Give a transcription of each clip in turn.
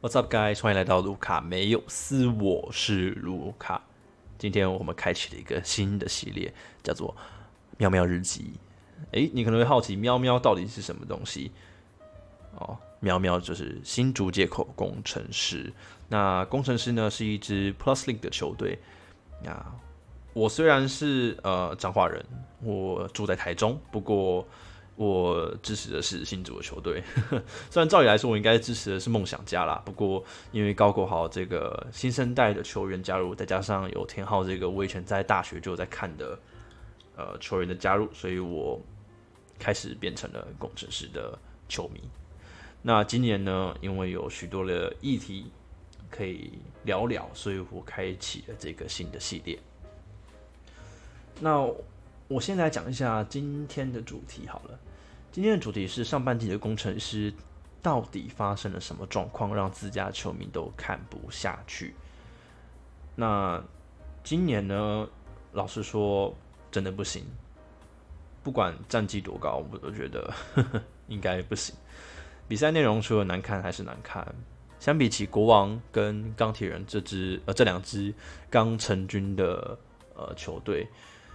What's up, guys？ 欢迎来到卢卡没有私，我是卢卡。今天我们开启了一个新的系列，叫做喵喵日记。你可能会好奇，喵喵到底是什么东西？喵喵就是新竹界口工程师。那工程师呢，是一支 Plus League 的球队。我虽然是彰化人，我住在台中，不过我支持的是新竹的球队。虽然照理来说，我应该支持的是梦想家啦，不过因为高国豪这个新生代的球员加入，再加上有田浩这个我以前在大学就有在看的球员的加入，所以我开始变成了工程师的球迷。那今年呢，因为有许多的议题可以聊聊，所以我开启了这个新的系列。那我先来讲一下今天的主题好了。今天的主题是上半季的工程师到底发生了什么状况，让自家球迷都看不下去。那今年呢，老实说真的不行，不管战绩多高，我都觉得应该不行。比赛内容除了难看还是难看，相比起国王跟钢铁人这两支刚成军的球队，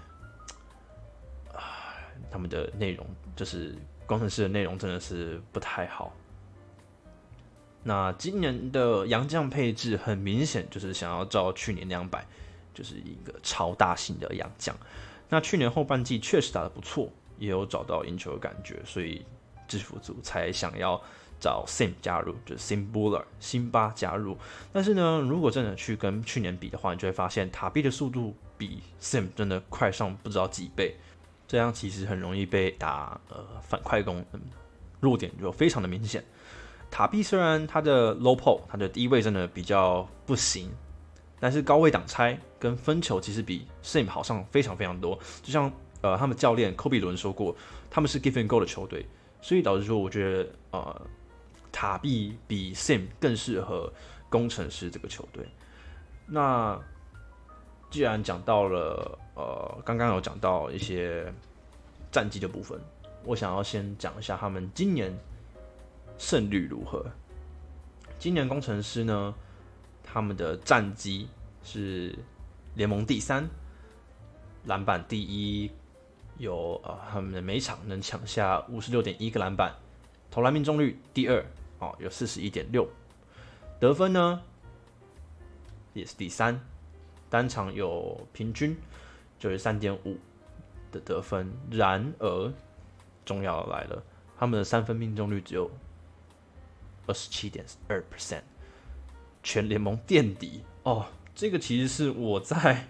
他们的内容就是工程师的内容真的是不太好。那今年的洋将配置很明显就是想要照去年那样摆，就是一个超大型的洋将。那去年后半季确实打得不错，也有找到赢球的感觉，所以制服组才想要找 Sim 加入，就是 Sim Buller 辛巴加入。但是呢，如果真的去跟去年比的话，你就会发现塔比的速度比 Sim 真的快上不知道几倍。这样其实很容易被打反快攻，弱点就非常的明显。塔比虽然他的 low pull 他的低位真的比较不行，但是高位挡拆跟分球其实比 Sim 好上非常非常多。就像他们教练科比伦说过，他们是 give and go 的球队，所以导致说我觉得塔比比 Sim 更适合工程师这个球队。那既然讲到了刚刚有讲到一些战绩的部分，我想要先讲一下他们今年胜率如何。今年工程师呢，他们的战绩是联盟第3，篮板第1，有他们的每场能抢下 56.1 个篮板，投篮命中率第2，有 41.6， 得分呢也是第3，单场有平均 93.5 的得分。然而重要的来了，他们的三分命中率只有 27.2%， 全联盟垫底。这个其实是我在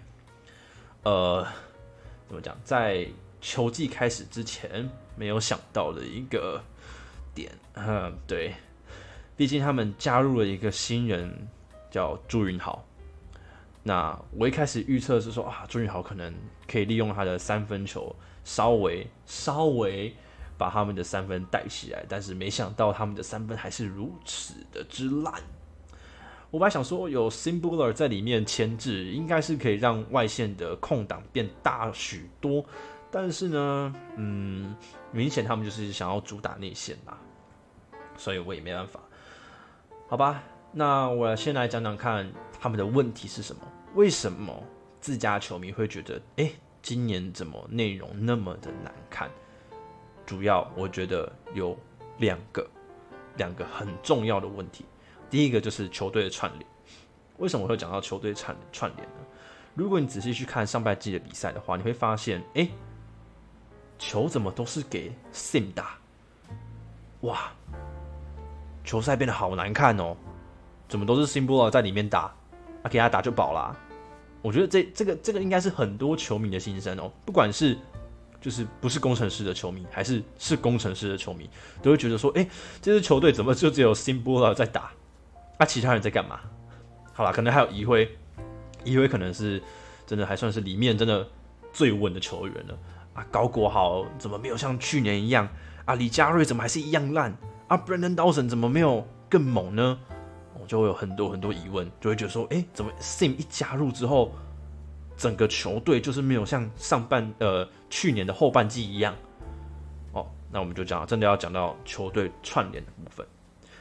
怎么讲，在球季开始之前没有想到的一个点。对，毕竟他们加入了一个新人叫朱云豪。那我一开始预测是说朱云豪可能可以利用他的三分球稍微把他们的三分带起来，但是没想到他们的三分还是如此的之烂。我本来想说有 Sim Buller 在里面牵制，应该是可以让外线的空档变大许多，但是呢，明显他们就是想要主打内线啦，所以我也没办法。好吧，那我先来讲讲看他们的问题是什么。为什么自家球迷会觉得今年怎么内容那么的难看？主要我觉得有两个很重要的问题。第一个就是球队的串联。为什么我会讲到球队串联呢？如果你仔细去看上半季的比赛的话，你会发现球怎么都是给 Sim 打，哇，球赛变得好难看哦，怎么都是 Sim Buller 在里面打，给他打就饱啦。我觉得这个应该是很多球迷的心声哦，不管是就是不是工程师的球迷，还是工程师的球迷，都会觉得说，这支球队怎么就只有 Sim Buller 在打，其他人在干嘛？好啦，可能还有移辉可能是真的还算是里面真的最稳的球员了高国豪怎么没有像去年一样李家瑞怎么还是一样烂Brandon Dawson 怎么没有更猛呢？我就会有很多很多疑问，就会觉得说，怎么 Sim 一加入之后，整个球队就是没有像去年的后半季一样那我们就真的要讲到球队串联的部分。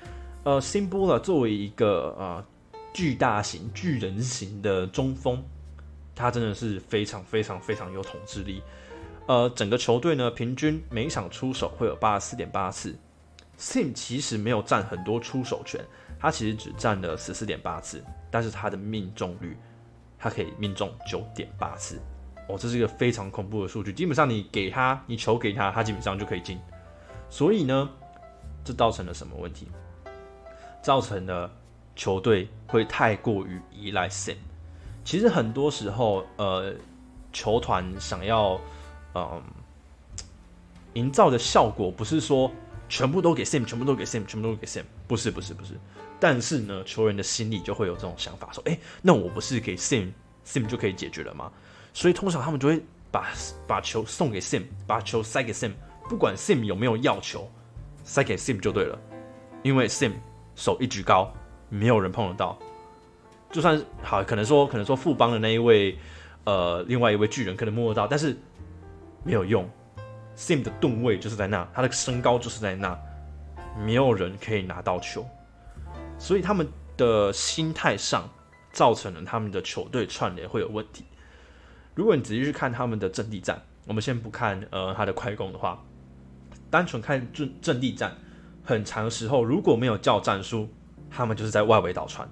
Simbola 作为一个巨大型、巨人型的中锋，他真的是非常非常非常有统治力。整个球队呢，平均每一场出手会有84.8次。Sim 其实没有占很多出手权，他其实只占了14.8次，但是他的命中率，他可以命中9.8次。这是一个非常恐怖的数据。基本上你球给他，他基本上就可以进。所以呢，这造成了什么问题？造成了球队会太过于依赖 Sim。其实很多时候，球团想要营造的效果不是说全部都给 Sim， 全部都给 Sim， 全部都给 Sim， 不是。但是呢，球员的心里就会有这种想法，说，那我不是给 Sim 就可以解决了吗？所以通常他们就会把球送给 Sim， 把球塞给 Sim， 不管 Sim 有没有要球，塞给 Sim 就对了，因为 Sim 手一举高，没有人碰得到。就算好，可能说富邦的那一位，另外一位巨人可能摸得到，但是没有用。Sim 的吨位就是在那，他的身高就是在那，没有人可以拿到球，所以他们的心态上造成了他们的球队串联会有问题。如果你仔细去看他们的阵地战，我们先不看他的快攻的话，单纯看阵地战，很长时候如果没有叫战术，他们就是在外围导传，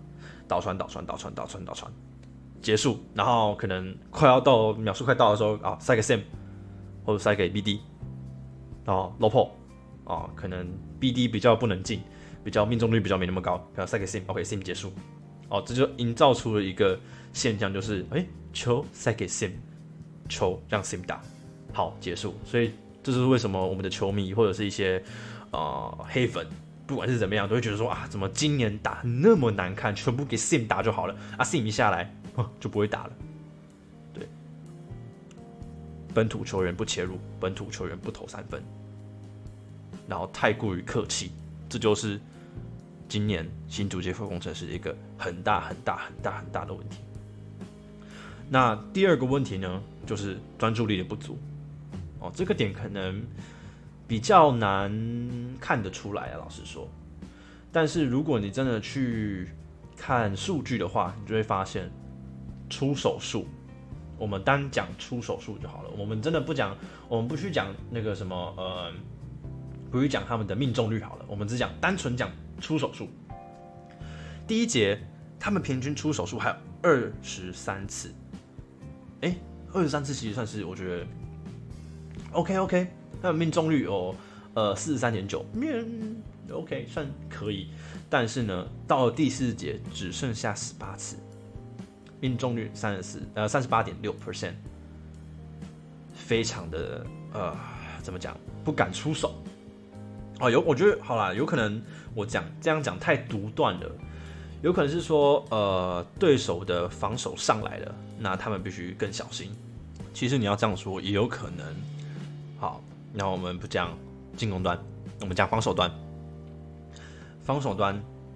结束，然后可能快要到秒数快到的时候塞给 Sim 或者塞给 BD， low pull 可能 BD 比较不能进，比较命中率比较没那么高，然后塞给 Sim，OK Sim 结束，这就营造出了一个现象，就是球塞给 Sim， 球让 Sim 打，好结束。所以这是为什么我们的球迷或者是一些黑粉，不管是怎么样，都会觉得说怎么今年打那么难看，全部给 Sim 打就好了，Sim 一下来就不会打了。对，本土球员不切入，本土球员不投3分，然后太过于客气，这就是今年新竹捷克工程师一个很大的问题。那第二个问题呢，就是专注力的不足。这个点可能比较难看得出来老实说。但是如果你真的去看数据的话，你就会发现出手数，我们单讲出手数就好了。我们真的不讲，我们不去讲那个什么不去讲他们的命中率好了，我们只讲单纯讲出手数。第一节他们平均出手数还有23次，23次其实算是我觉得 OK， 他们命中率有43.9， OK 算可以。但是呢，到了第4节只剩下18次，命中率38.6%，非常的怎么讲，不敢出手。我觉得好啦，有可能我这样讲太独断了，有可能是说对手的防守上来了，那他们必须更小心。其实你要这样说也有可能。好，那我们不讲进攻端，我们讲防守端。防守端，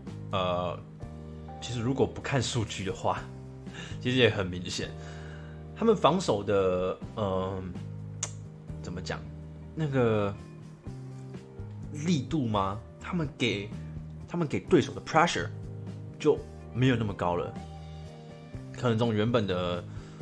其实如果不看数据的话，其实也很明显，他们防守的怎么讲，那个力度吗？他们给对手的 pressure 就没有那么高了，可能从原本的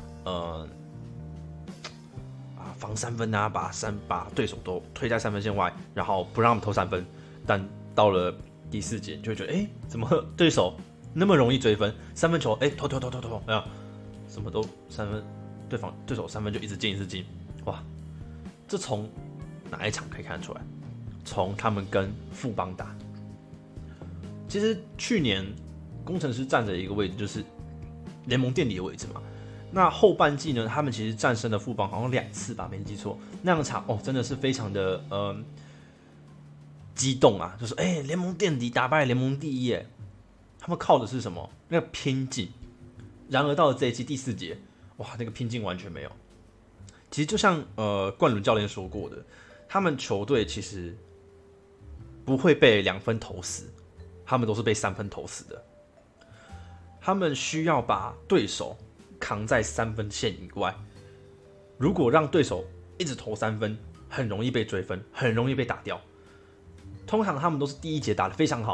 防3分把对手都推在3分线外，然后不让他们投3分，但到了第4节，你就会觉得，怎么对手那么容易追分？3分球，投，没有，什么都3分，对手3分就一直进，哇！这从哪一场可以看得出来？从他们跟富邦打，其实去年工程师站着一个位置，就是联盟垫底的位置嘛。那后半季呢，他们其实战胜了富邦，好像2次吧，没记错。那样场真的是非常的激动啊！就是联盟垫底打败联盟第一耶，他们靠的是什么？那个拼劲。然而到了这一季第4节，哇，那个拼劲完全没有。其实就像冠伦教练说过的，他们球队其实不会被2分投死，他们都是被3分投死的。他们需要把对手扛在3分线以外，如果让对手一直投3分，很容易被追分，很容易被打掉。通常他们都是第1节打得非常好，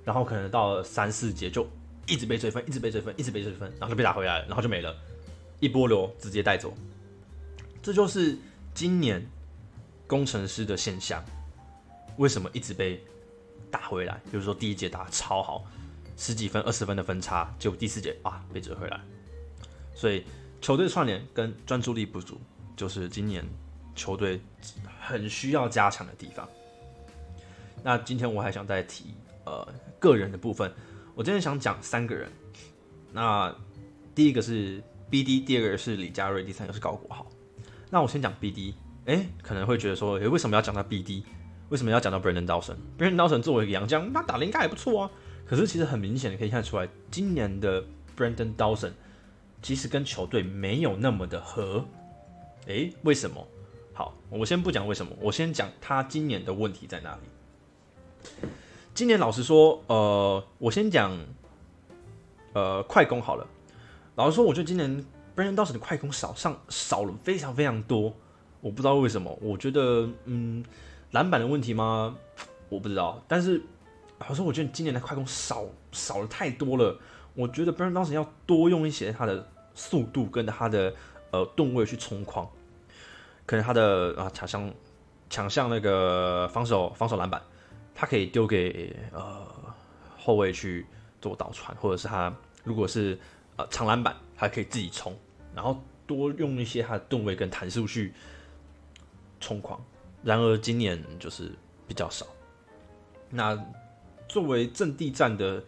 然后可能到了3-4节就一直被追分，一直被追分，一直被追分，然后就被打回来了，然后就没了，一波流直接带走。这就是今年工程师的现象，为什么一直被打回来？比如说第一节打超好，10几分、20分的分差，结果第4节被追回来。所以球队串联跟专注力不足，就是今年球队很需要加强的地方。那今天我还想再提个人的部分，我今天想讲3个人。那第一个是 BD， 第二个是李佳瑞，第三个是高国豪。那我先讲 BD， 可能会觉得说，为什么要讲到 BD？ 为什么要讲到 Brandon Dawson？Brandon Dawson 作为一个洋将，他打得应该还不错啊。可是其实很明显的可以看出来，今年的 Brandon Dawson 其实跟球队没有那么的合。为什么？好，我先不讲为什么，我先讲他今年的问题在哪里。今年老实说，我先讲快攻好了。老实说，我觉得今年 Brandon Dawson 的快攻少了非常非常多，我不知道为什么。我觉得，篮板的问题吗？我不知道。但是，老实说，我觉得今年的快攻少了太多了。我觉得 Brandon Dawson 要多用一些他的速度跟他的吨位去冲框，可能他的抢向那个防守篮板，他可以丢给后卫去做导传，或者是他如果是长篮板，他可以自己冲，然后多用一些他的吨位跟弹速去冲框。然而今年就是比较少。那作为阵地战的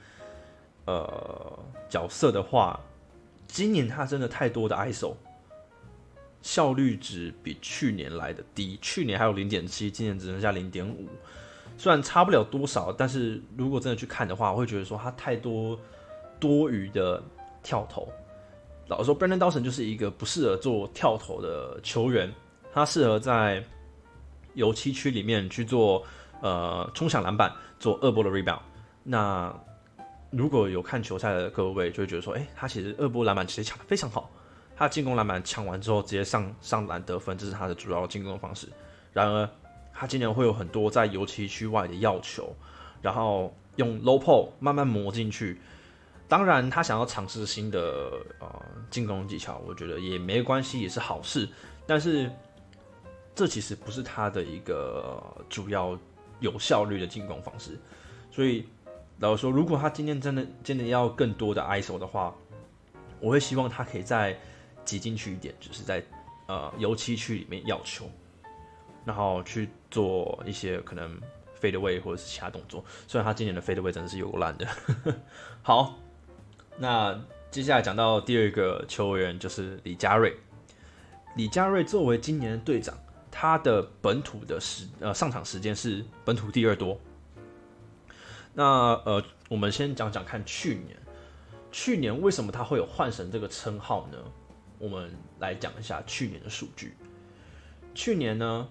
角色的话，今年他真的太多的 ISO， 效率值比去年来的低。去年还有 0.7， 今年只剩下 0.5。虽然差不了多少，但是如果真的去看的话，我会觉得说他太多余的跳投。老实说 Brandon Dawson 就是一个不适合做跳投的球员，他适合在油漆区里面去做冲抢篮板，做2波的 rebound。那如果有看球赛的各位，就会觉得说，他其实2波篮板其实抢得非常好，他进攻篮板抢完之后直接上篮得分，这是他的主要进攻方式。然而他今年会有很多在油漆区外的要求，然后用 low pull 慢慢磨进去。当然，他想要尝试新的进攻技巧，我觉得也没关系，也是好事。但是这其实不是他的一个主要有效率的进攻方式。所以老实说，如果他今天真的要更多的 ISO 的话，我会希望他可以再挤进去一点，就是在油漆区里面要球，然后去做一些可能 fade away 或者是其他动作。虽然他今年的 fade away 真的是有够烂的。好，那接下来讲到第二个球员就是李佳瑞。李佳瑞作为今年的队长，他的本土的上场时间是本土第2多。那我们先讲讲看去年为什么他会有幻神这个称号呢？我们来讲一下去年的数据。去年呢，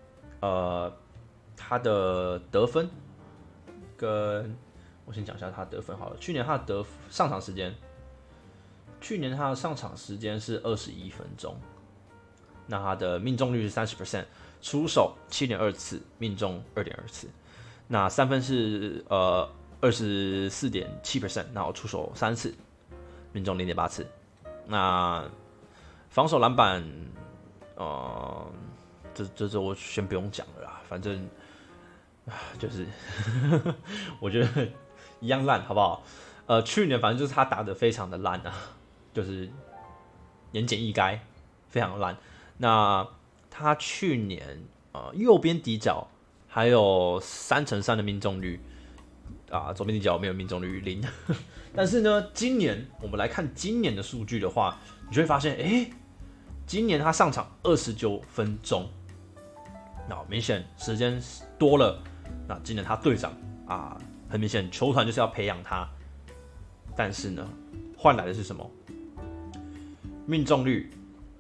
他的得分跟我先讲一下他的得分好了。去年他的上场时间是21分钟，那他的命中率是 30%， 出手 7.2 次，命中 2.2 次。那3分是24.7%， 然后出手3次，命中 0.8 次。那防守篮板，这我先不用讲了啦，反正就是我觉得一样烂，好不好？去年反正就是他打得非常的烂啊，就是言简意赅，非常烂。那他去年右边底角还有3×3的命中率左边底角没有命中率0。但是呢，今年我们来看今年的数据的话，你就会发现，今年他上场29分钟，那明显时间多了。那今年他队长很明显球团就是要培养他，但是呢，换来的是什么？命中率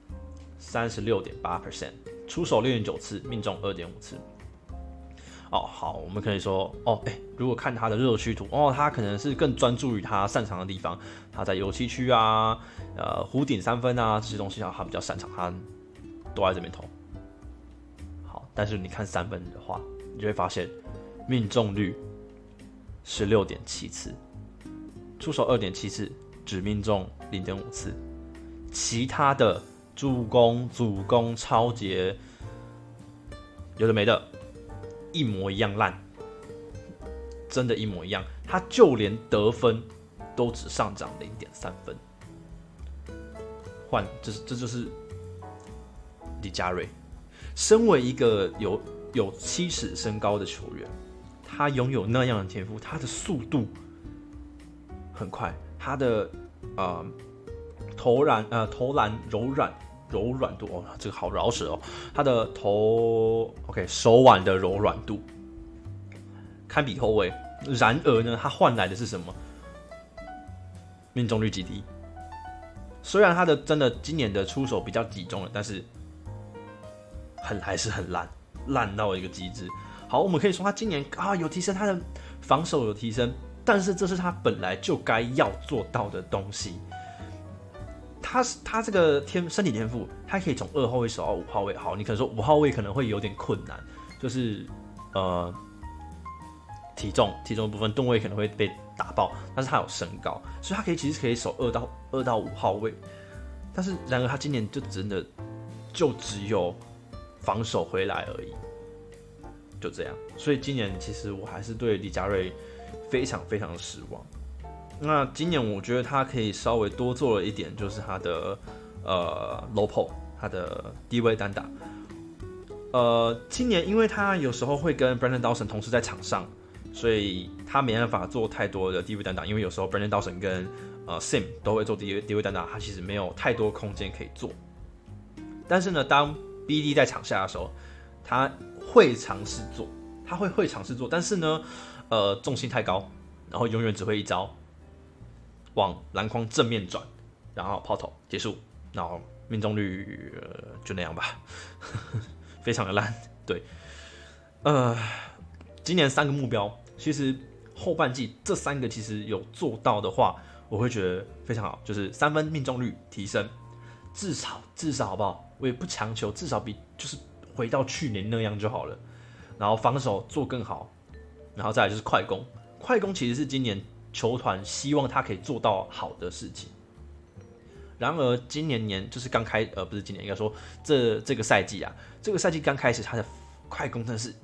36.8%， 出手 6.9 次，命中 2.5 次。好，我们可以说，如果看他的热区图，他可能是更专注于他擅长的地方，他在油漆区弧顶3分这些东西他比较擅长，他都在这边投。好，但是你看3分的话，你就会发现命中率 16.7次，出手2.7次，只命中0.5次，其他的助攻、主攻、抄截，有的没的，一模一样烂，真的，一模一样。他就连得分都只上涨0.3分。这就是李家瑞，身为一个有7尺身高的球员，他拥有那样的天赋，他的速度很快，他的投篮柔软度哦，这个好饶舌哦，他的手腕的柔软度堪比后卫。然而呢，他换来的是什么？命中率极低。虽然他的真的今年的出手比较集中了，但是还是很烂到一个极致。好，我们可以说他今年有提升，他的防守有提升，但是这是他本来就该要做到的东西。他这个身体天赋，他可以从2号位守到5号位。好，你可能说5号位可能会有点困难，就是体重的部分吨位可能会被打爆，但是他有身高，所以他其实可以守2到5号位。但是然而他今年就真的就只有防守回来而已，就这样。所以今年其实我还是对李家瑞非常非常失望。那今年我觉得他可以稍微多做了一点，就是他的low post， 他的低位单打。今年因为他有时候会跟 Brandon Dawson 同时在场上，所以他没办法做太多的低位单打，因为有时候 Brandon Dawson 跟Sim 都会做低位单打，他其实没有太多空间可以做。但是呢，当 BD 在场下的时候，他会尝试做，但是呢，重心太高，然后永远只会一招往篮筐正面转，然后抛投结束，然后命中率就那样吧，非常的烂。对，今年3个目标，其实后半季这3个其实有做到的话，我会觉得非常好，就是3分命中率提升，至少好不好？我也不强求，至少比就是回到去年那样就好了。然后防守做更好，然后再来就是快攻，快攻其实是今年球团希望他可以做到好的事情。然而今年就是刚开，不是今年，应该说这个赛季啊，这个赛季刚开始他的快攻真的是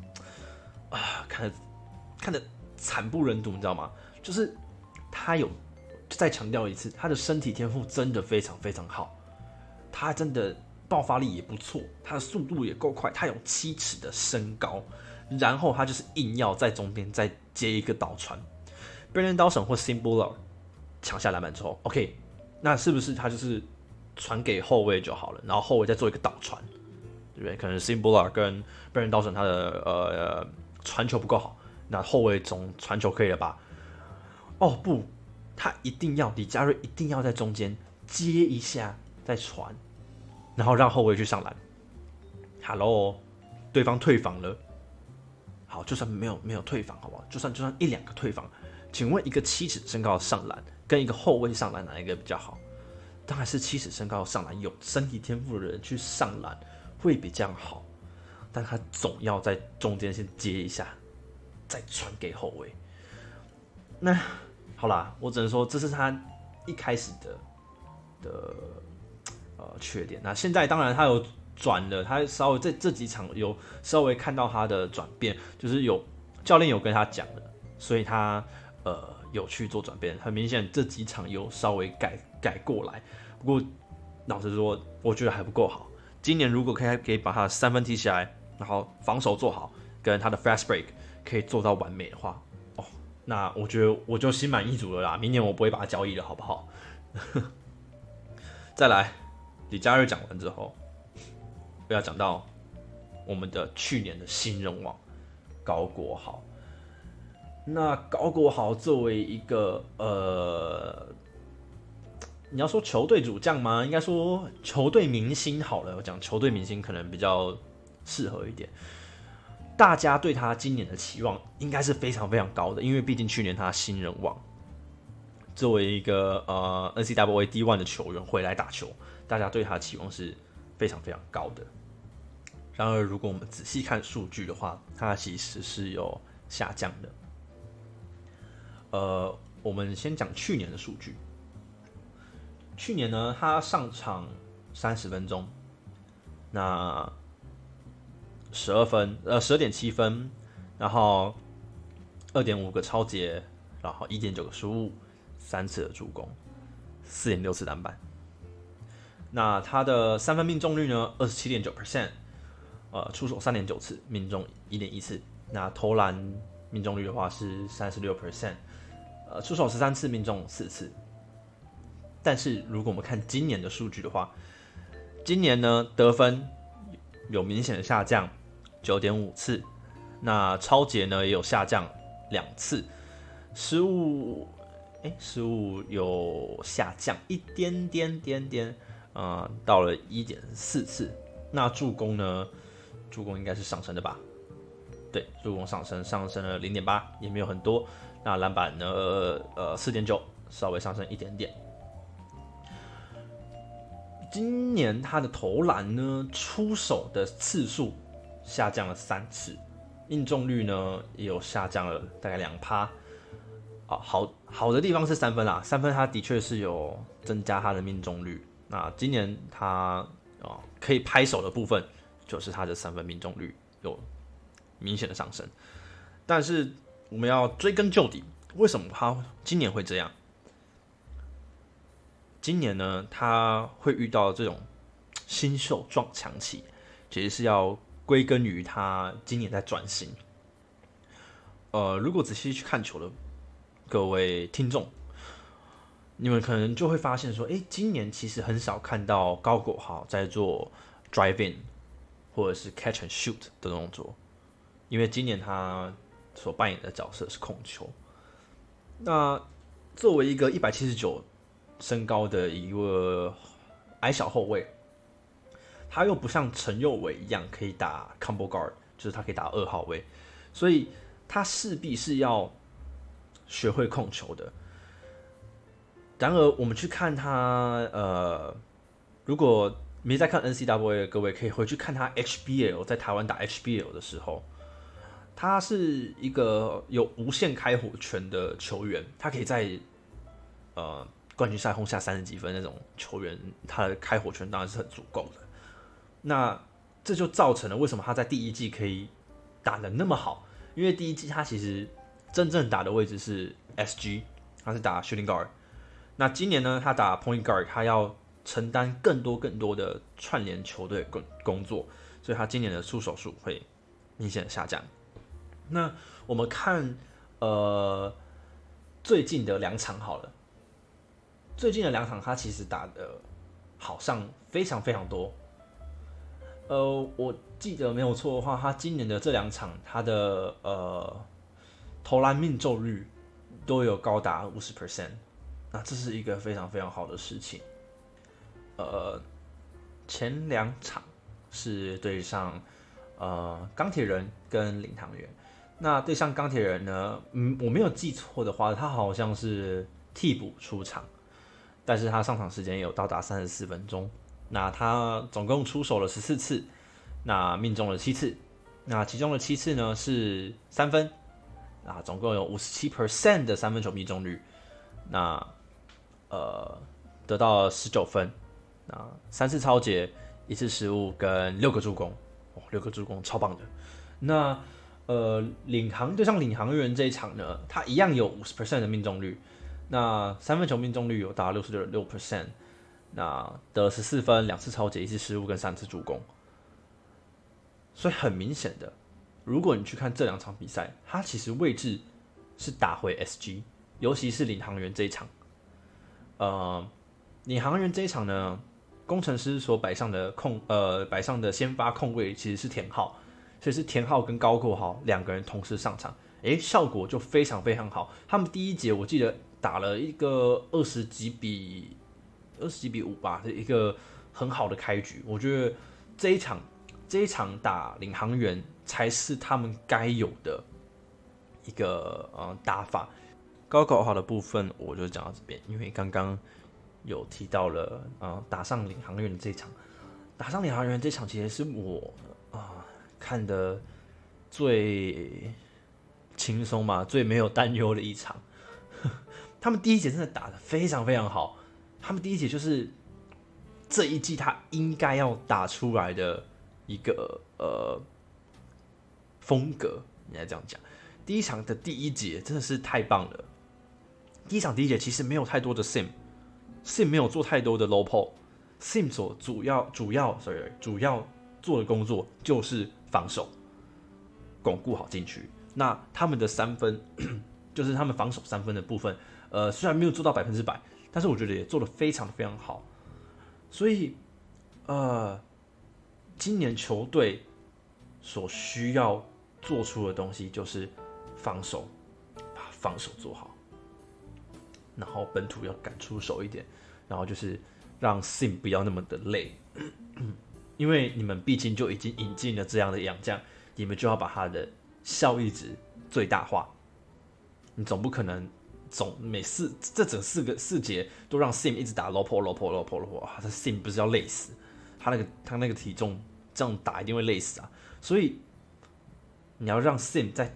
看得惨不忍睹，你知道吗？就是他有再强调一次，他的身体天赋真的非常非常好，他真的爆发力也不错，他的速度也够快，他有7尺的身高，然后他就是硬要在中间再接一个倒传 ，Brandon Dawson 或 Sim Buller 抢下篮板之后 ，OK， 那是不是他就是传给后卫就好了，然后后卫再做一个倒传，对不对？可能 Sim Buller 跟 Brandon Dawson 他的传球不够好，那后卫总传球可以了吧？哦不，他李家瑞一定要在中间接一下再传，然后让后卫去上篮。Hello， 对方退防了，好，就算没有退防，好不好？就算1-2个退防，请问一个7尺身高的上篮跟一个后卫上篮哪一个比较好？当然是7尺身高的上篮，有身体天赋的人去上篮会比较好，但他总要在中间先接一下，再传给后卫。那好啦，我只能说这是他一开始的缺点。那现在当然他有转了，他稍微这几场有稍微看到他的转变，就是有教练有跟他讲了，所以他有去做转变。很明显这几场有稍微改过来，不过老实说，我觉得还不够好。今年如果可以把他的3分踢起来，然后防守做好，跟他的 fast break 可以做到完美的话，那我觉得我就心满意足了啦。明年我不会把他交易了，好不好？再来，李家瑞讲完之后，我要讲到我们的去年的新人王高国豪。那高国豪作为一个你要说球队主将吗？应该说球队明星好了。我讲球队明星可能比较适合一点。大家对他今年的期望应该是非常非常高的，因为毕竟去年他新人王，作为一个NCAA D1 的球员回来打球，大家对他的期望是非常非常高的。然而，如果我们仔细看数据的话，他其实是有下降的。 我们先讲去年的数据。去年呢，他上场30分钟，那12.7分，然后2.5个抄截，然后1.9个失误，3次的助攻，4.6次篮板。那他的三分命中率呢，27.9%，出手3.9次，命中1.1次。那投篮命中率的话是36%，出手13次，命中4次。但是如果我们看今年的数据的话，今年呢得分有明显的下降，9.5次。那抄截呢也有下降2次，失误有下降一点点，到了1.4次。那助攻呢？助攻应该是上升的吧？对，助攻上升了0.8，也没有很多。那篮板呢？4.9，稍微上升一点点。今年他的投篮呢，出手的次数下降了3次，命中率呢也有下降了大概2%。好的地方是3分啦，3分他的确是有增加他的命中率。那今年他可以拍手的部分，就是他的3分命中率有明显的上升。但是我们要追根究底，为什么他今年会这样？今年呢，他会遇到这种新秀撞墙期，其实是要归根于他今年在转型。如果仔细去看球的各位听众，你们可能就会发现说，今年其实很少看到高国豪在做 drive in 或者是 catch and shoot 的动作，因为今年他所扮演的角色是控球。那作为一个179身高的一个矮小后卫，他又不像陈佑伟一样可以打 combo guard， 就是他可以打2号位，所以他势必是要学会控球的。然而，我们去看他，如果没在看 NCAA 的各位，可以回去看他 HBL 在台湾打 HBL 的时候，他是一个有无限开火权的球员，他可以在冠军赛轰下30几分那种球员，他的开火权当然是很足够的。那这就造成了为什么他在第一季可以打得那么好，因为第一季他其实真正打的位置是 SG， 他是打 shooting guard。那今年呢，他打 point guard， 他要承担更多的串联球队工作，所以他今年的出手数会明显的下降。那我们看最近的2场好了。最近的2场，他其实打的好上非常多。我记得没有错的话，他今年的这2场，他的投篮命中率都有高达50%，那这是一个非常好的事情。前2场是对上钢铁人跟领航员。那对上钢铁人呢，我没有记错的话，他好像是替补出场。但是他上场时间有到达34分钟，那他总共出手了14次，那命中了7次，那其中的7次呢是3分，总共有57% 的3分球命中率，那得到了19分，那3次抄截，1次失误跟6个助攻，6个助攻超棒的。那对上领航员这一场呢，他一样有50% 的命中率。那3分球命中率有达 66%， 那得了14分，2次抄截，1次失误跟3次助攻。所以很明显的，如果你去看这2场比赛，他其实位置是打回 SG， 尤其是领航员这一场。领航员这一场呢，工程师所摆上的先发控卫其实是田浩，所以是田浩跟高国豪2个人同时上场，效果就非常好。他们第一节我记得打了一个20几比5吧，一个很好的开局。我觉得这一场打领航员才是他们该有的一个打法。高国豪的部分我就讲到这边，因为刚刚有提到了打上领航员的这一场，其实是我看的最轻松嘛，最没有担忧的一场。 他们第一节真的打得非常非常好，他们第一节就是这一季他应该要打出来的一个风格，应该这样讲。第一场的第一节真的是太棒了。第一节其实没有太多的 sim 没有做太多的 low pull，sim 所主要做的工作就是防守，巩固好禁区。那他们的3分，就是他们防守3分的部分，虽然没有做到100%，但是我觉得也做得非常非常好。所以，今年球队所需要做出的东西就是防守，把防守做好，然后本土要敢出手一点，然后就是让 Sim 不要那么的累，因为你们毕竟就已经引进了这样的洋将，你们就要把他的效益值最大化。你总不可能这整四节都让 Sim 一直打 low pull， 他 Sim 不是要累死？他那个体重这样打一定会累死啊！所以你要让 Sim 在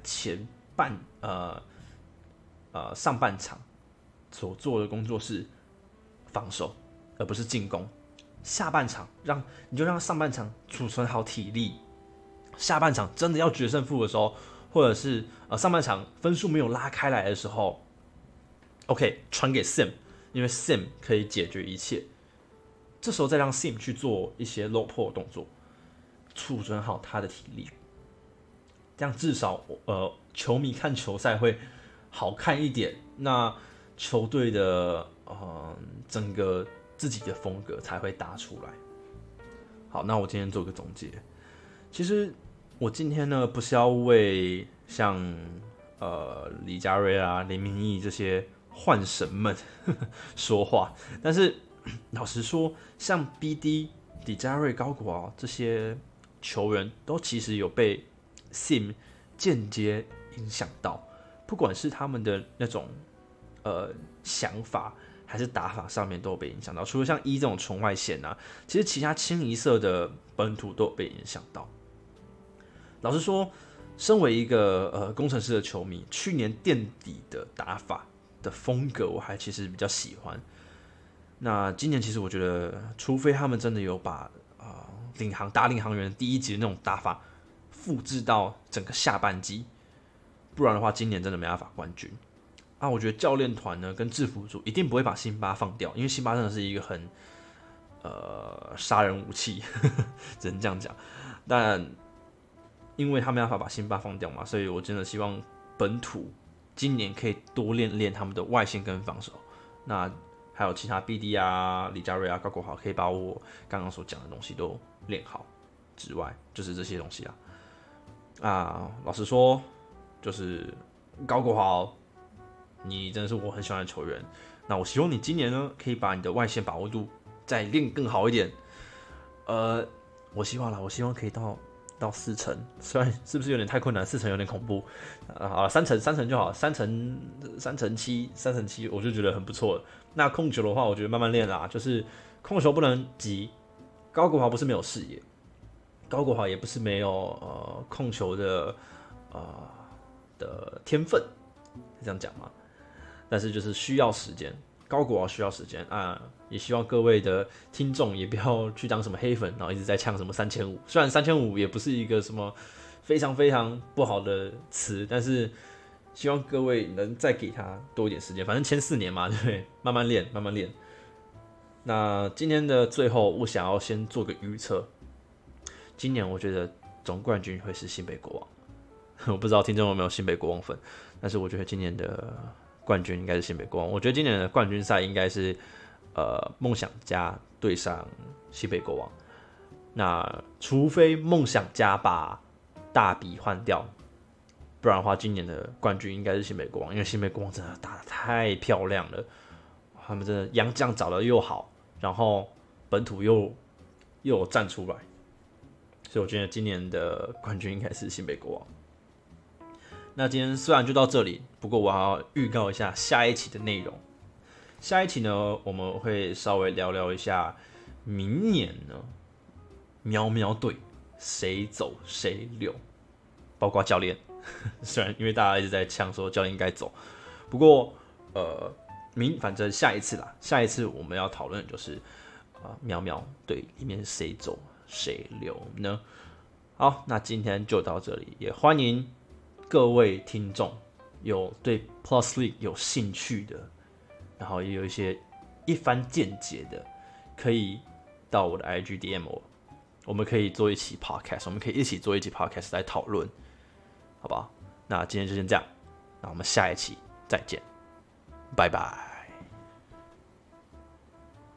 上半场所做的工作是防守，而不是进攻。下半场你就让上半场储存好体力，下半场真的要决胜负的时候，或者是上半场分数没有拉开来的时候 ，OK 传给 Sim， 因为 Sim 可以解决一切。这时候再让 Sim 去做一些 low pull 动作，储存好他的体力，这样至少球迷看球赛会好看一点。那球队的整个自己的风格才会打出来。好，那我今天做个总结。其实我今天呢不是要为像李家瑞啊、林明义这些幻神们说话，但是老实说，像 BD、李家瑞、高国豪这些球员都其实有被 Sim 间接影响到，不管是他们的那种想法还是打法上面都有被影响到。除了像这种纯外线啊，其实其他清一色的本土都有被影响到。老实说，身为一个工程师的球迷，去年垫底的打法的风格，我还其实比较喜欢。那今年其实我觉得，除非他们真的有把打领航员第一集的那种打法复制到整个下半季，不然的话，今年真的没办法冠军啊！我觉得教练团呢跟制服组一定不会把辛巴放掉，因为辛巴真的是一个很杀人武器，只能这样讲。但因为他没办法把辛巴放掉嘛，所以我真的希望本土今年可以多练练他们的外线跟防守。那还有其他 BD 啊、李家瑞啊、高国豪，可以把我刚刚所讲的东西都练好之外，就是这些东西啊。老实说，就是高国豪，你真的是我很喜欢的球员。那我希望你今年呢，可以把你的外线把握度再练更好一点。我希望可以到4成，虽然是不是有点太困难，4成有点恐怖。好了，3成就好，3成7，我就觉得很不错了。那控球的话，我觉得慢慢练啦，就是控球不能急。高国豪不是没有视野，高国豪也不是没有控球的天分，是这样讲吗？但是就是需要时间，高国豪需要时间啊。也希望各位的听众也不要去当什么黑粉，然后一直在呛什么3500。虽然3500也不是一个什么非常非常不好的词，但是希望各位能再给他多一点时间。反正前4年嘛，对不对？慢慢练，慢慢练。那今天的最后，我想要先做个预测。今年我觉得总冠军会是新北国王。我不知道听众有没有新北国王粉，但是我觉得今年的冠军应该是新北国王。我觉得今年的冠军赛应该是梦想家对上新北国王。那除非梦想家把大比换掉，不然的话，今年的冠军应该是新北国王，因为新北国王真的打得太漂亮了，他们真的洋将找得又好，然后本土又有站出来，所以我觉得今年的冠军应该是新北国王。那今天虽然就到这里，不过我还要预告一下下一期的内容。下一期呢，我们会稍微聊聊一下明年呢，喵喵队谁走谁留，包括教练。虽然因为大家一直在呛说教练应该走，不过反正下一次我们要讨论的就是喵喵队里面谁走谁留呢？好，那今天就到这里，也欢迎各位听众有对 Plus League 有兴趣的，然后也有一番见解的，可以到我的 IG DM 我们可以做一期 Podcast， 我们可以一起做一期 Podcast 来讨论，好不好？那今天就先这样，那我们下一期再见，拜拜。